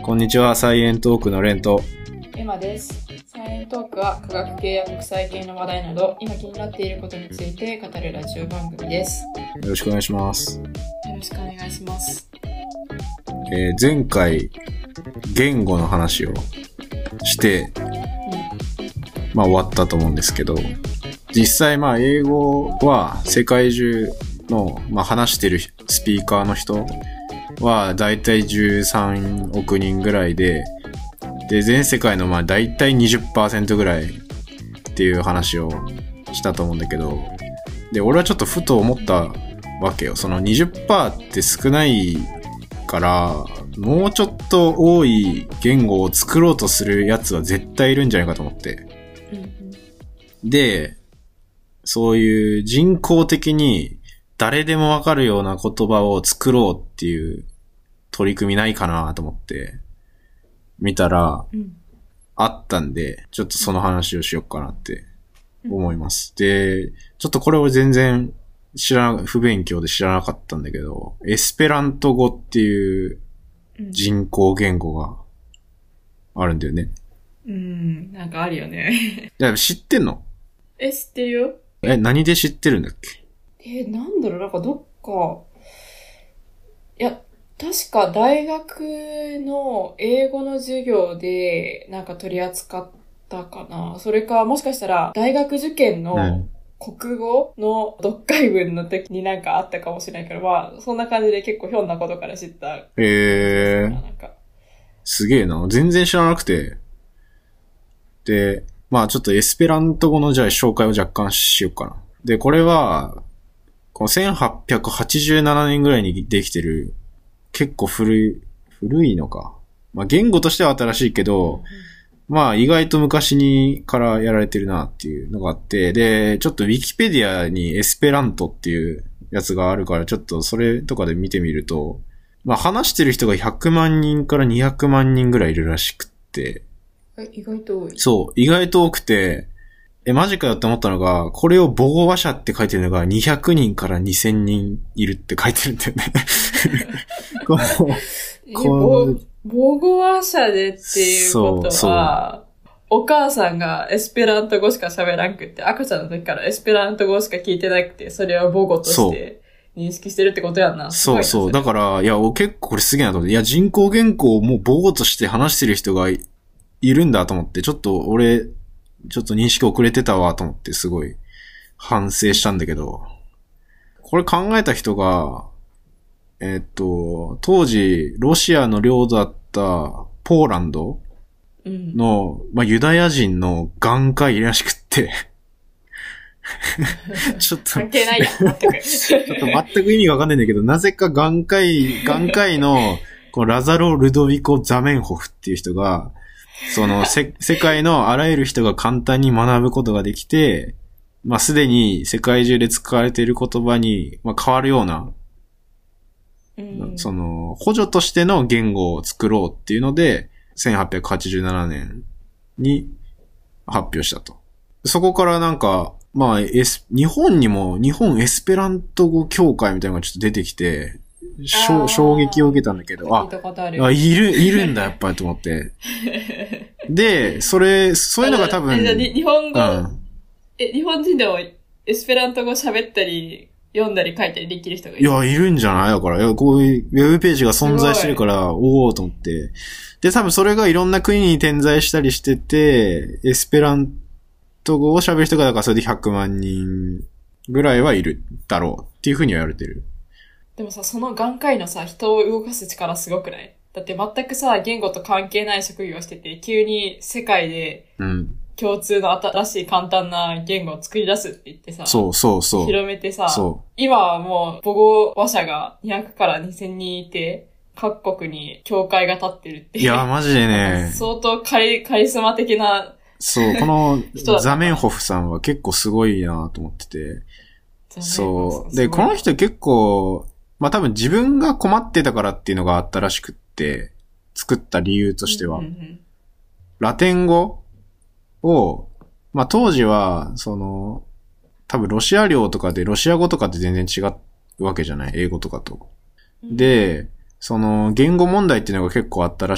こんにちは、サイエントークのレンとエマです。サイエントークは科学系や国際系の話題など今気になっていることについて語るラジオ番組です。 よろしくお願いします。 よろしくお願いします。 前回言語の話をして、終わったと思うんですけど、実際英語は世界中の、話してるスピーカーの人はだいたい13億人ぐらいで、全世界のだいたい 20% ぐらいっていう話をしたと思うんだけど、で俺はちょっとふと思ったわけよ。その 20% って少ないからもうちょっと多い言語を作ろうとするやつは絶対いるんじゃないかと思って、でそういう人工的に誰でもわかるような言葉を作ろうっていう取り組みないかなと思って見たら、あったんで、ちょっとその話をしようかなって思います。で、ちょっとこれ俺全然不勉強で知らなかったんだけど、エスペラント語っていう人工言語があるんだよね。 なんかあるよね。 知ってんの？ 知ってるよ。 何で知ってるんだっけ？ なんだろう、なんかどっか、確か大学の英語の授業でなんか取り扱ったかな。それかもしかしたら大学受験の国語の読解文の時になんかあったかもしれないけど、そんな感じで結構ひょんなことから知った。なんかすげえな。全然知らなくて。で、ちょっとエスペラント語のじゃあ紹介を若干しようかな。で、これは、この1887年ぐらいにできてる、結構古いのか。言語としては新しいけど、意外と昔にからやられてるなっていうのがあって、で、ちょっとウィキペディアにエスペラントっていうやつがあるから、ちょっとそれとかで見てみると、話してる人が100万人から200万人ぐらいいるらしくって。 意外と多い。 そう、意外と多くて、マジかよって思ったのが、これを母語話者って書いてるのが200人から2000人いるって書いてるんだよね。 母語話者でっていうことは、お母さんがエスペラント語しか喋らんくって、赤ちゃんの時からエスペラント語しか聞いてなくて、それを母語として認識してるってことやんな。 そうそう。だから、結構これすげえなと思って、人工言語をもう母語として話してる人がいるんだと思って、ちょっと認識遅れてたわと思ってすごい反省したんだけど、これ考えた人が、当時ロシアの領土だったポーランドの、ユダヤ人の眼科医らしくってちょっと関係ないやん、全く。 ちょっと全く意味がわかんないんだけど、なぜか眼科医のこのラザロ・ルドビコ・ザメンホフっていう人が、その世界のあらゆる人が簡単に学ぶことができて、すでに世界中で使われている言葉に、変わるような、その補助としての言語を作ろうっていうので、1887年に発表したと。そこからなんか、日本にも日本エスペラント語協会みたいなのがちょっと出てきて、衝撃を受けたんだけど、いるんだやっぱりと思って。で、そういうのが多分、 日本語、日本人でもエスペラント語喋ったり読んだり書いたりできる人がいる。 いるんじゃない？だから、こういうウェブページが存在してるから、おおと思って。で、多分それがいろんな国に点在したりしてて、エスペラント語を喋る人がだからそれで100万人ぐらいはいるだろうっていうふうには言われてる。 でもその眼科医の人を動かす力すごくない？だって全く言語と関係ない職業をしてて、急に世界で共通の新しい簡単な言語を作り出すって言って広めて今はもう母語話者が200から2000人いて、各国に教会が立ってるっていう。 マジでね。 相当カリスマ的な。 そう、このザメンホフさんは結構すごいなと思ってて。そう。で、この人結構、多分自分が困ってたからっていうのがあったらしくって、作った理由としては。ラテン語を、当時は、多分ロシア領とかでロシア語とかって全然違うわけじゃない？英語とかと。で、言語問題っていうのが結構あったらしくっ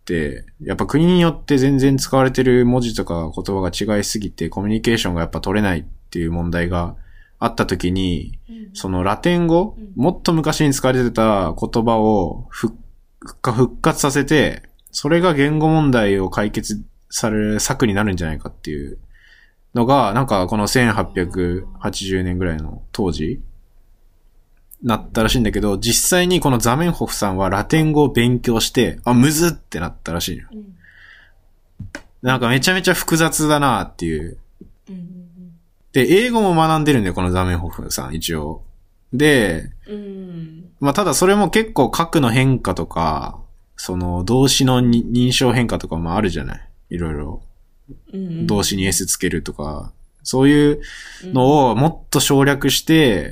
て、やっぱ国によって全然使われてる文字とか言葉が違いすぎてコミュニケーションがやっぱ取れないっていう問題があった時に、そのラテン語、もっと昔に使われてた言葉を復活させて、それが言語問題を解決される策になるんじゃないかっていうのが、なんかこの1880年ぐらいの当時、なったらしいんだけど、実際にこのザメンホフさんはラテン語を勉強して、むずってなったらしいよ。なんかめちゃめちゃ複雑だなっていう。で、英語も学んでるんだよ、このザメンホフさん、一応。で、まあただそれも結構核の変化とか、その動詞の認証変化とかもあるじゃない。いろいろ。動詞に S つけるとか、そういうのをもっと省略して、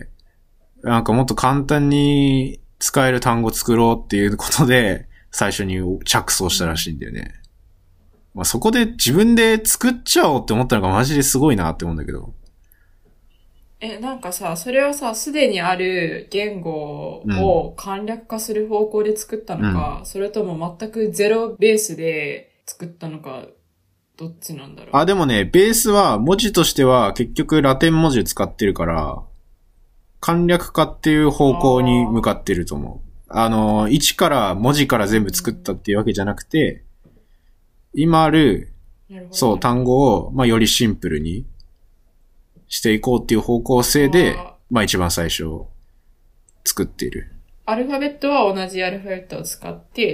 なんかもっと簡単に使える単語作ろうっていうことで、最初に着想したらしいんだよね。まあそこで自分で作っちゃおうって思ったのがマジですごいなって思うんだけど。 なんかさ、それはさ、すでにある言語を簡略化する方向で作ったのか、それとも全くゼロベースで作ったのか、どっちなんだろう。 でもね、ベースは文字としては結局ラテン文字使ってるから、簡略化っていう方向に向かってると思う。一から文字から全部作ったっていうわけじゃなくて、今ある、そう、単語を、まあ、よりシンプルにしていこうっていう方向性で、まあ、一番最初、作っている。 アルファベットは同じアルファベットを使って、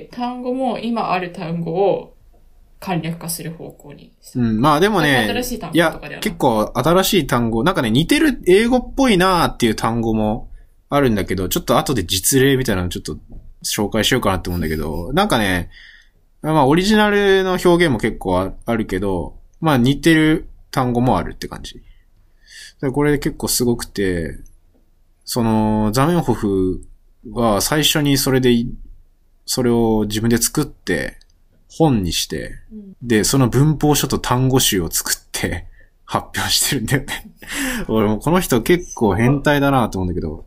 単語も今ある単語を簡略化する方向に。 まあでもね、 新しい単語とかでは結構新しい単語、なんかね、似てる英語っぽいなーっていう単語もあるんだけど、ちょっと後で実例みたいなのちょっと紹介しようかなって思うんだけど、なんかね、まあオリジナルの表現も結構あるけど、まあ似てる単語もあるって感じ。これ結構すごくて、その、ザメンホフは最初にそれを自分で作って、本にして、で、その文法書と単語集を作って発表してるんだよね。俺もこの人結構変態だなと思うんだけど。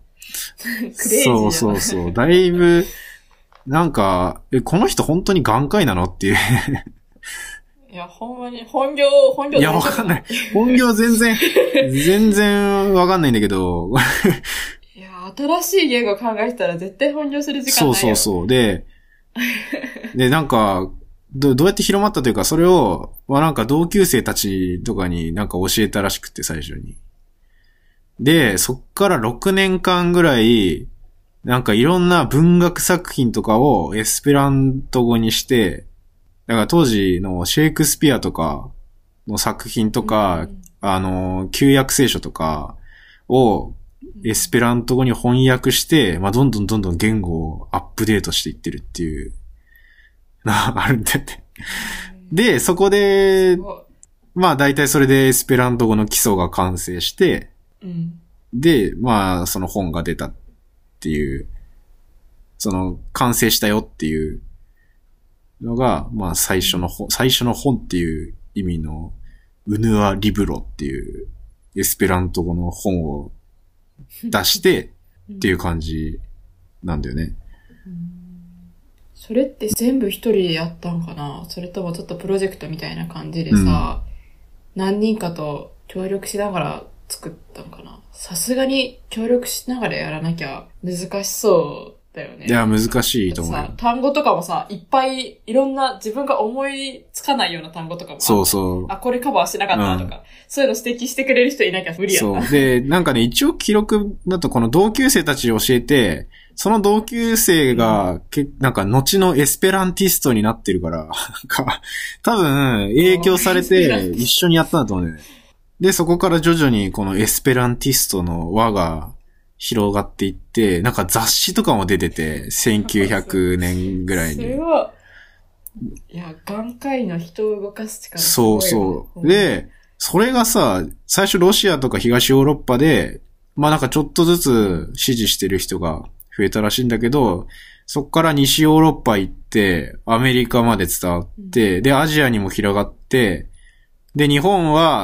そう。だいぶ、なんか、この人本当に眼科医なのっていう。 いや、ほんまに、本業いや、わかんない。本業全然わかんないんだけど。 いや、新しい言語考えたら絶対本業する時間ないよ。 そう。で、なんか、どうやって広まったというか、それを、なんか同級生たちとかになんか教えたらしくて、最初に。で、そっから6年間ぐらい、なんかいろんな文学作品とかをエスペラント語にして、だから当時のシェイクスピアとかの作品とか、旧約聖書とかをエスペラント語に翻訳して、まあ、どんどん言語をアップデートしていってるっていう、あるんだって。で、そこで、まあ大体それでエスペラント語の基礎が完成して、で、まあその本が出たっていう、その完成したよっていうのが、まあ最初の本っていう意味のウヌアリブロっていうエスペラント語の本を出してっていう感じなんだよね。 それって全部一人でやったんかな？それともちょっとプロジェクトみたいな感じでさ、何人かと協力しながら作ったんかな？さすがに協力しながらやらなきゃ難しそうだよね。 いや、難しいと思うよ。 単語とかもさ、いっぱいいろんな自分が思いつかないような単語とかもある。 そう。 これカバーしなかったとか、そういうの指摘してくれる人いなきゃ無理やな。 そう。で、なんかね、一応記録だとこの同級生たちに教えて、その同級生が、なんか後のエスペランティストになってるから、多分影響されて一緒にやったんだと思うんだよね。で、そこから徐々にこのエスペランティストの輪が広がっていって、なんか雑誌とかも出てて、1900年ぐらいに。 それは、いや、眼科医の人を動かす力すごい。 そう。で、それがさ、最初ロシアとか東ヨーロッパで、まあなんかちょっとずつ支持してる人が増えたらしいんだけど、そっから西ヨーロッパ行って、アメリカまで伝わって、で、アジアにも広がって、で、日本は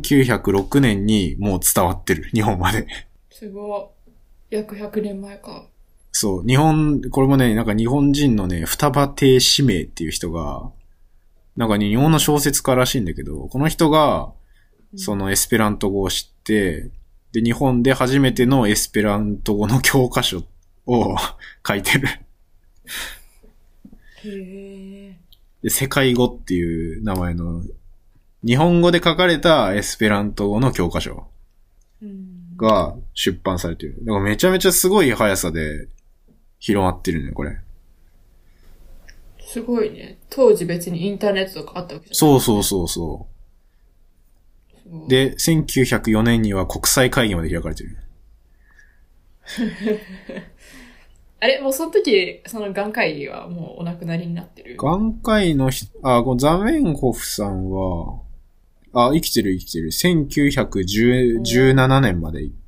1906年にもう伝わってる。日本まで。 すごい。約100年前か。 そう、これもね、なんか日本人のね、双葉亭使命っていう人が、なんか日本の小説家らしいんだけど、この人が、そのエスペラント語を知って、で、日本で初めてのエスペラント語の教科書を書いてる。 へで、世界語っていう名前の、日本語で書かれたエスペラント語の教科書が出版されてる。だからめちゃめちゃすごい速さで広まってるね、これ。 すごいね。当時別にインターネットとかあったわけじゃない。 そうそうそうそう。で、1904年には国際会議まで開かれてる。 あれもうその時、その眼科医はもうお亡くなりになってる？ 眼科医のこのザメンホフさんは、生きてる。1917年まで、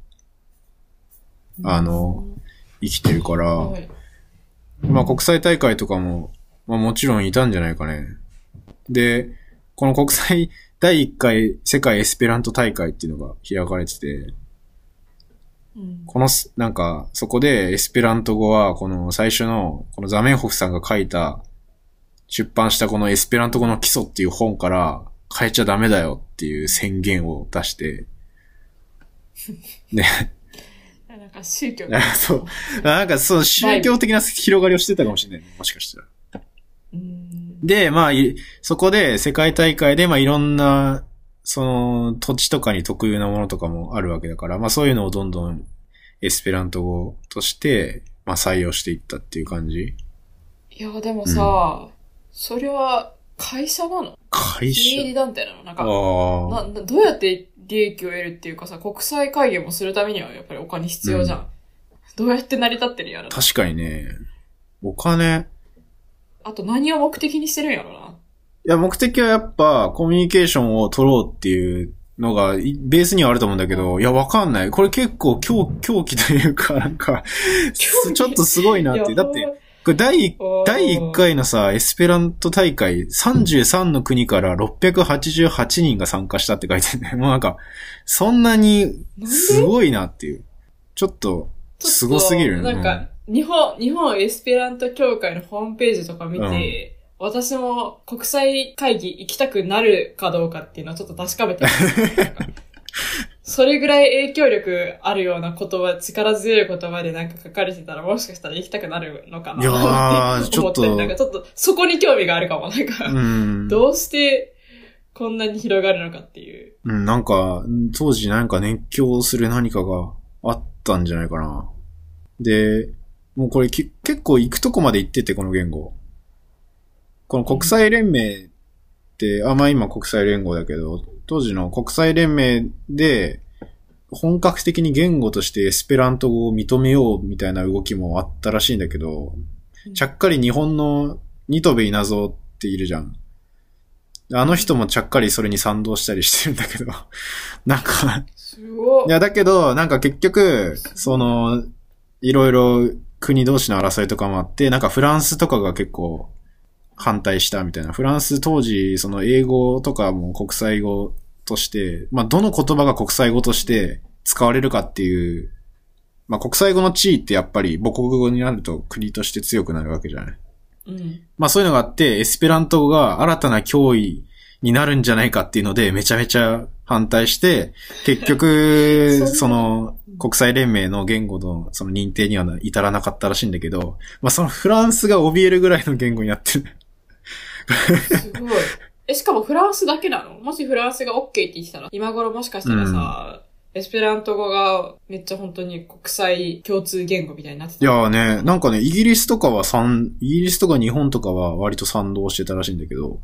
生きてるから、まあ国際大会とかも、まあもちろんいたんじゃないかね。で、この国際第1回世界エスペラント大会っていうのが開かれてて、この、なんか、そこでエスペラント語は、この最初の、このザメンホフさんが書いた、出版したこのエスペラント語の基礎っていう本から変えちゃダメだよっていう宣言を出して、ね。 なんか宗教そう。なんかそう、宗教的な広がりをしてたかもしれない。もしかしたら。で、まあ、そこで世界大会で、まあいろんな、その土地とかに特有なものとかもあるわけだから、まあそういうのをどんどんエスペラント語として、まあ採用していったっていう感じ。 いや、でもさ、それは会社なの？ 会社？ 非営利団体なの？なんか、どうやって利益を得るっていうかさ、国際会議もするためにはやっぱりお金必要じゃん。どうやって成り立ってるんやろな。 確かにね。お金。 あと何を目的にしてるんやろな。 いや、目的はやっぱコミュニケーションを取ろうっていうのがベースにはあると思うんだけど、いや、わかんない。これ結構狂気というか、なんか、ちょっとすごいなって。だって、これ第1回のさ、エスペラント大会、33の国から688人が参加したって書いてるね。もうなんか、そんなにすごいなっていう。ちょっと、すごすぎるね。なんか、日本エスペラント協会のホームページとか見て、私も国際会議行きたくなるかどうかっていうのをちょっと確かめてます。それぐらい影響力あるような言葉、力強い言葉でなんか書かれてたらもしかしたら行きたくなるのかな。 いやー、ちょっと。 なんかちょっとそこに興味があるかも。なんか、どうしてこんなに広がるのかっていう。 なんか、当時なんか熱狂する何かがあったんじゃないかな。で、もうこれ結構行くとこまで行ってて、この言語。この国際連盟って、まあ今国際連合だけど、当時の国際連盟で本格的に言語としてエスペラント語を認めようみたいな動きもあったらしいんだけど、ちゃっかり日本の新渡戸稲造っているじゃん。あの人もちゃっかりそれに賛同したりしてるんだけど、なんか、いやだけど、なんか結局、いろいろ国同士の争いとかもあって、なんかフランスとかが結構、反対したみたいな。フランス当時、その英語とかも国際語として、まあ、どの言葉が国際語として使われるかっていう、まあ、国際語の地位ってやっぱり母国語になると国として強くなるわけじゃない。まあ、そういうのがあって、エスペラント語が新たな脅威になるんじゃないかっていうので、めちゃめちゃ反対して、結局、国際連盟の言語のその認定には至らなかったらしいんだけど、まあ、そのフランスが怯えるぐらいの言語になってる。 すごい。しかもフランスだけなの？もしフランスが OK って言ってたら、今頃もしかしたらさ、エスペラント語がめっちゃ本当に国際共通言語みたいになってた。 いやーね、なんかね、イギリスとか日本とかは割と賛同してたらしいんだけど。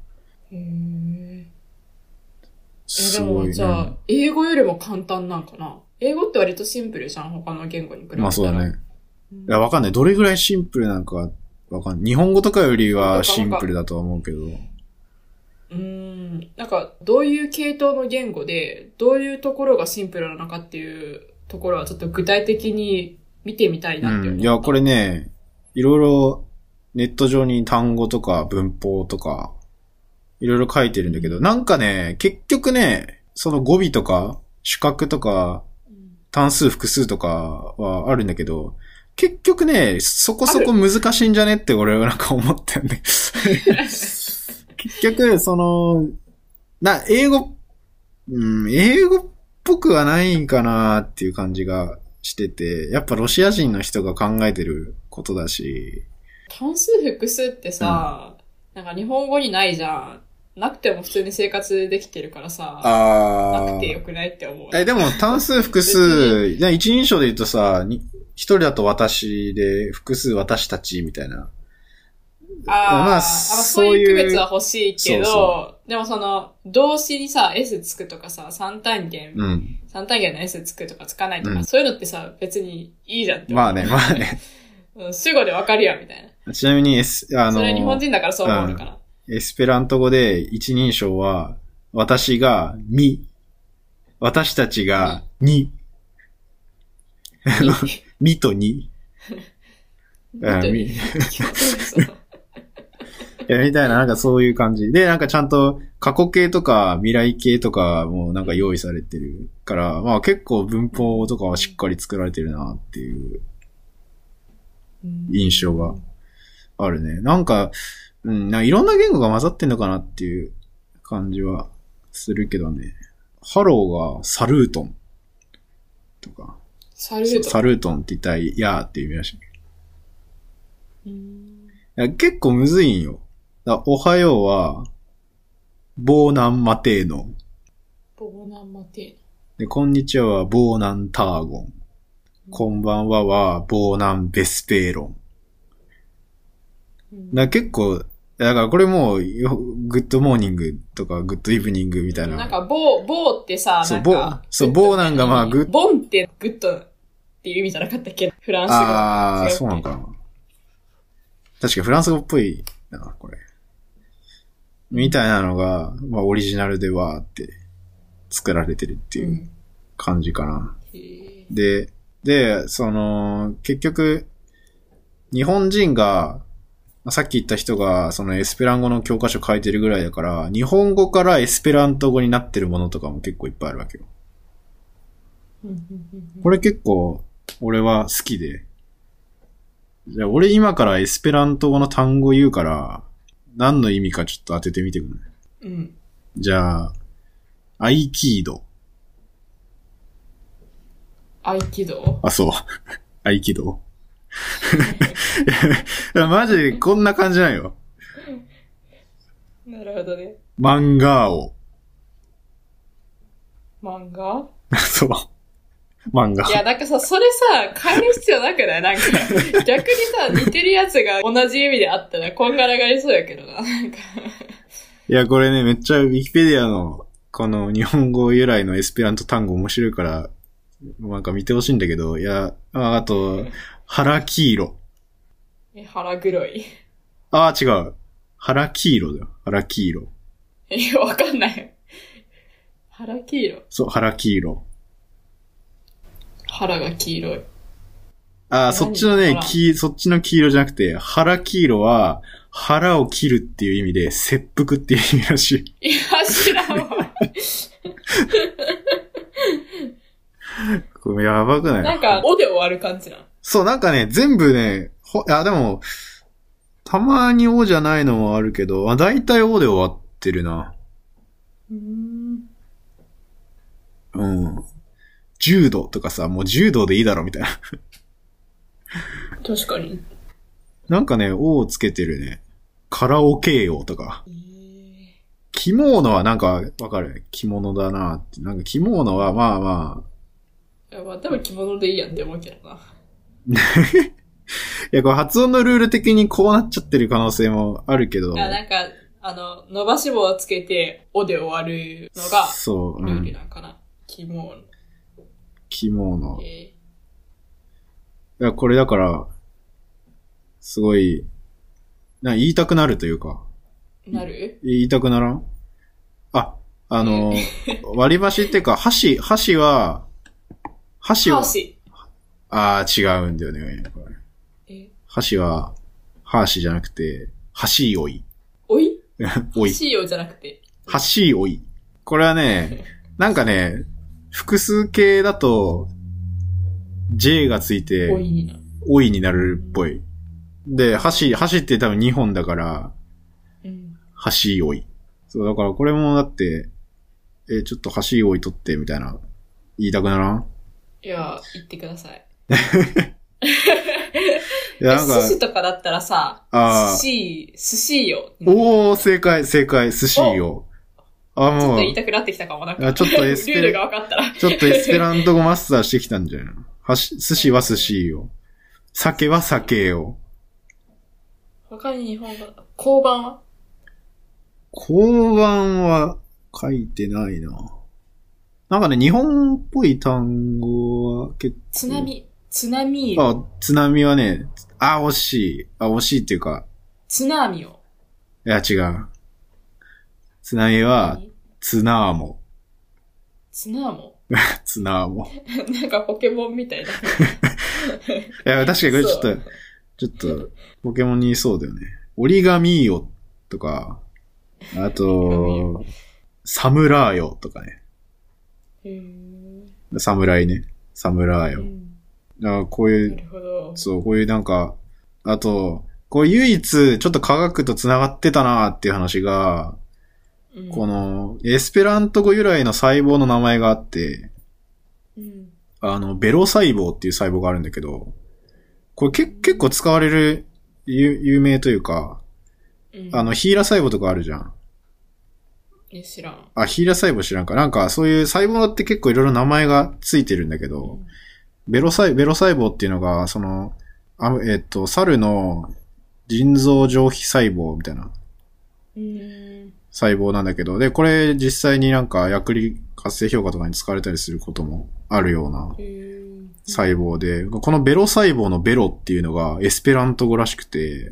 すごいね。 でもじゃあ、英語よりも簡単なんかな？英語って割とシンプルじゃん、他の言語に比べたら。 まあそうだね。いや、わかんない。どれぐらいシンプルなんかわかんない。日本語とかよりはシンプルだとは思うけど。 なんか、どういう系統の言語で、どういうところがシンプルなのかっていうところはちょっと具体的に見てみたいなって思った。 いや、これね、いろいろネット上に単語とか文法とか、いろいろ書いてるんだけど、なんかね、結局ね、その語尾とか、主格とか、単数複数とかはあるんだけど、 結局ね、そこそこ難しいんじゃねって俺はなんか思ったよね。結局、英語っぽくはないんかなっていう感じがしてて、やっぱロシア人の人が考えてることだし。 単数複数ってさ、なんか日本語にないじゃん。なくても普通に生活できてるからさ、なくてよくないって思う。 でも単数複数、一人称で言うとさ、一人だと私で、複数私たちみたいな。 まあ、そういう区別は欲しいけど、そうでも動詞にさ、S つくとかさ、三単元の S つくとかつかないとか、そういうのってさ、別にいいじゃんって思う。 まあね。 主語でわかるやん、みたいな。 ちなみにそれは日本人だからそう思うのかな。 エスペラント語で一人称は、私がみ、私たちがに、みとに。みたいな、なんかそういう感じ。で、なんかちゃんと過去形とか未来形とかもなんか用意されてるから、まあ結構文法とかはしっかり作られてるなっていう印象があるね。なんか、いろんな言語が混ざってんのかなっていう感じはするけどね。ハローがサルートンとか。サルートンって言ったらやーっていう意味らしい。結構むずいんよ。おはようは、ボーナンマテーノ。 ボーナンマテーノ。 で、こんにちはは、ボーナンターゴン。こんばんは、ボーナンベスペーロン。結構、だからこれもう、グッドモーニングとか、グッドイブニングみたいな。 なんか、ボーってさ、なんか、 ボーナンがまあ、 ボンってグッドっていう意味じゃなかったっけ？フランス語。 そうなのかな。確かフランス語っぽいな、これ。みたいなのが、まあオリジナルではって作られてるっていう感じかな。で、結局、日本人が、さっき言った人が、エスペラン語の教科書書いてるぐらいだから、日本語からエスペラント語になってるものとかも結構いっぱいあるわけよ。これ結構、俺は好きで。じゃあ俺今からエスペラント語の単語言うから、何の意味かちょっと当ててみてくれ。じゃあ、合気道。 合気道？ そう。合気道。いや、マジでこんな感じなんよ。 なるほどね。 漫画を。 漫画？ そう。漫画。 いや、なんかさ、それさ、変える必要なくない？なんか、逆にさ、似てるやつが同じ意味であったら、こんがらがりそうやけどな。なんかいや、これね、めっちゃウィキペディアの、この日本語由来のエスペラント単語面白いから、なんか見てほしいんだけど、いや、あと、腹黄色。 腹黒い。 違う。腹黄色だよ。腹黄色。 わかんないよ。腹黄色。 そう、腹黄色。 腹が黄色い。 そっちのね、そっちの黄色じゃなくて、腹黄色は、腹を切るっていう意味で、切腹っていう意味らしい。いや、知らんわ。 これやばくない？ なんか、おで終わる感じな。 そう、なんかね、全部ね、でも、たまにおじゃないのもあるけど、だいたいおで終わってるな。柔道とかさ、もう柔道でいいだろみたいな。 確かに。 なんかね、おをつけてるね。カラオケよとか。着物はなんか、わかる。着物だなって。なんか着物はまあまあ。いや、まあ多分着物でいいやんって思うけどな。 いや、これ発音のルール的にこうなっちゃってる可能性もあるけど。 なんか、伸ばし棒をつけて、おで終わるのが、 そう、 ルールなんかな。着物。 着物。いや、これだから、すごい、言いたくなるというか。 なる？ 言いたくならん？割り箸っていうか、箸は、違うんだよね。箸は、箸じゃなくて、箸おい。 おい？ おい。 箸おじゃなくて。 箸おい。これはね、なんかね、複数形だと、J がついて、 おいになるっぽい。で、箸って多分2本だから、箸おい。そう、だからこれもだって、ちょっと箸おい取ってみたいな、言いたくならん？ いや、言ってください。 いや、なんか。 寿司とかだったらさ、寿司よ。 おー、正解、寿司よ。もう。 ちょっと言いたくなってきたかもな。 ちょっとルールが分かったら。 ちょっとエスペラント語マスターしてきたんじゃないの？寿司は寿司よ。酒は酒よ。 他に日本語、交番は？ 交番は書いてないな。なんかね、日本っぽい単語は結構。津波よ。津波はね、惜しい。惜しいっていうか。 津波よ。 いや、違う。津波は、ツナーモ。 ツナーモツナーモ。 なんかポケモンみたいだね。 いや、確かにこれちょっと、ポケモンにいそうだよね。オリガミーヨとか、あと、サムラーヨとかね。侍ね。サムラーヨ。だからこういう、そう、こういうなんか、あと、これ唯一ちょっと科学と繋がってたなーっていう話が、この、エスペラント語由来の細胞の名前があって、ベロ細胞っていう細胞があるんだけど、これ結構使われる、有名というか、ヒーラ細胞とかあるじゃん。 知らん。 ヒーラ細胞知らんか。なんかそういう細胞って結構いろいろ名前がついてるんだけど、ベロ細胞っていうのが、猿の腎臓上皮細胞みたいな。細胞なんだけど、で、これ実際になんか薬理活性評価とかに使われたりすることもあるような細胞で、このベロ細胞のベロっていうのがエスペラント語らしくて、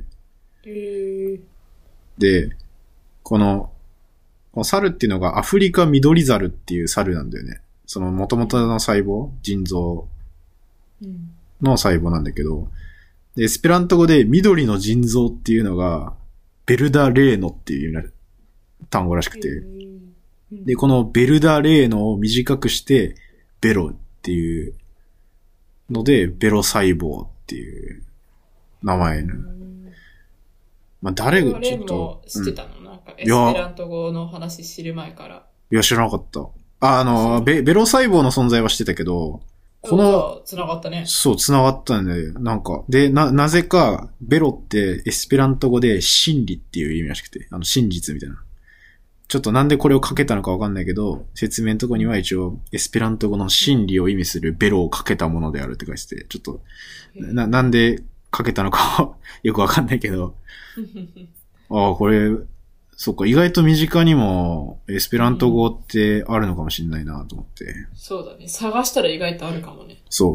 で、この猿っていうのがアフリカミドリザルっていう猿なんだよね。その元々の細胞、腎臓の細胞なんだけど、でエスペラント語で緑の腎臓っていうのがベルダレーノっていう単語らしくて、で、このベルダレーノを短くしてベロっていうので、ベロ細胞っていう名前の。誰がちょっと。 知ってたの？なんかエスペラント語の話知る前から。 いや、知らなかった。ベロ細胞の存在は知ってたけど、 繋がったね。 そう、繋がったんで、なんか、で、なぜか、ベロってエスペラント語で真理っていう意味らしくて、真実みたいな。ちょっとなんでこれをかけたのかわかんないけど、説明のとこには一応、エスペラント語の真理を意味するベロをかけたものであるって書いてて、ちょっと、なんでかけたのかよくわかんないけど、これ、そっか、意外と身近にもエスペラント語ってあるのかもしれないなと思って。 そうだね。探したら意外とあるかもね。 そう。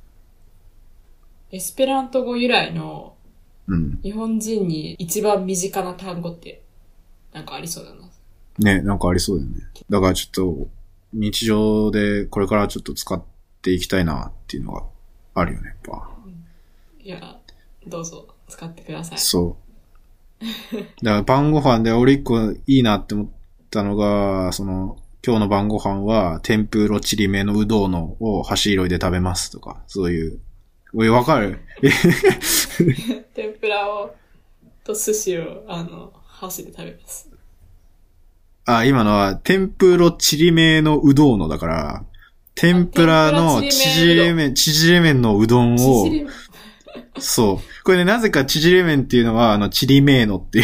エスペラント語由来の日本人に一番身近な単語ってなんかありそうだな。 ね、なんかありそうだよね。だからちょっと日常でこれからちょっと使っていきたいなっていうのがあるよね、やっぱ。 いや、どうぞ使ってください。 そう。だから晩ご飯で俺一個いいなって思ったのが、今日の晩ご飯は天ぷろちりめのうどんのを箸色いで食べますとか、そういう。わかる？ 天ぷらと寿司を箸で食べます。 今のは天ぷろちりめのうどんのだから、天ぷらの縮れ麺のうどんを、そう。これね、なぜか縮れ麺っていうのは、ちりめーのっていう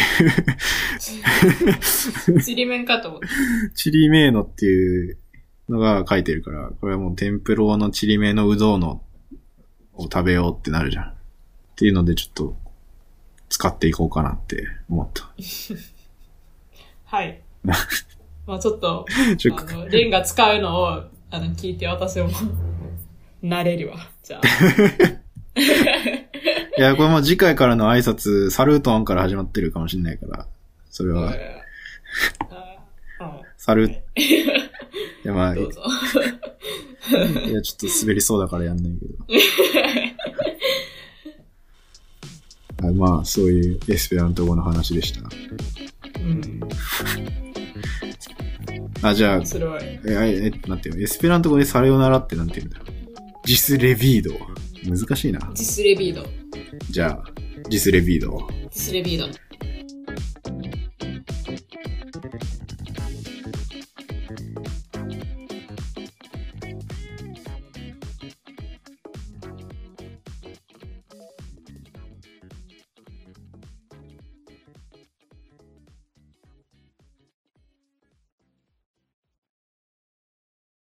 ちりめんかと思った。 ちりめーのっていうのが書いてるから、これはもう天ぷらのちりめのうどんのを食べようってなるじゃん。っていうのでちょっと使っていこうかなって思った。 はい。ちょっと、レンが使うのを、聞いて私も慣れるわ。じゃあ。 いや、これもう次回からの挨拶、サルートンから始まってるかもしれないから、それは。サルいや、 どうぞ。 いや、ちょっと滑りそうだからやんないけど。そういうエスペラント語の話でした。じゃあ、待ってよ。エスペラント語でサレオナラってなんて言うんだろう。ジスレビード。 難しいな。 ジスレビード。 じゃあ、ジスレビード。 ジスレビード。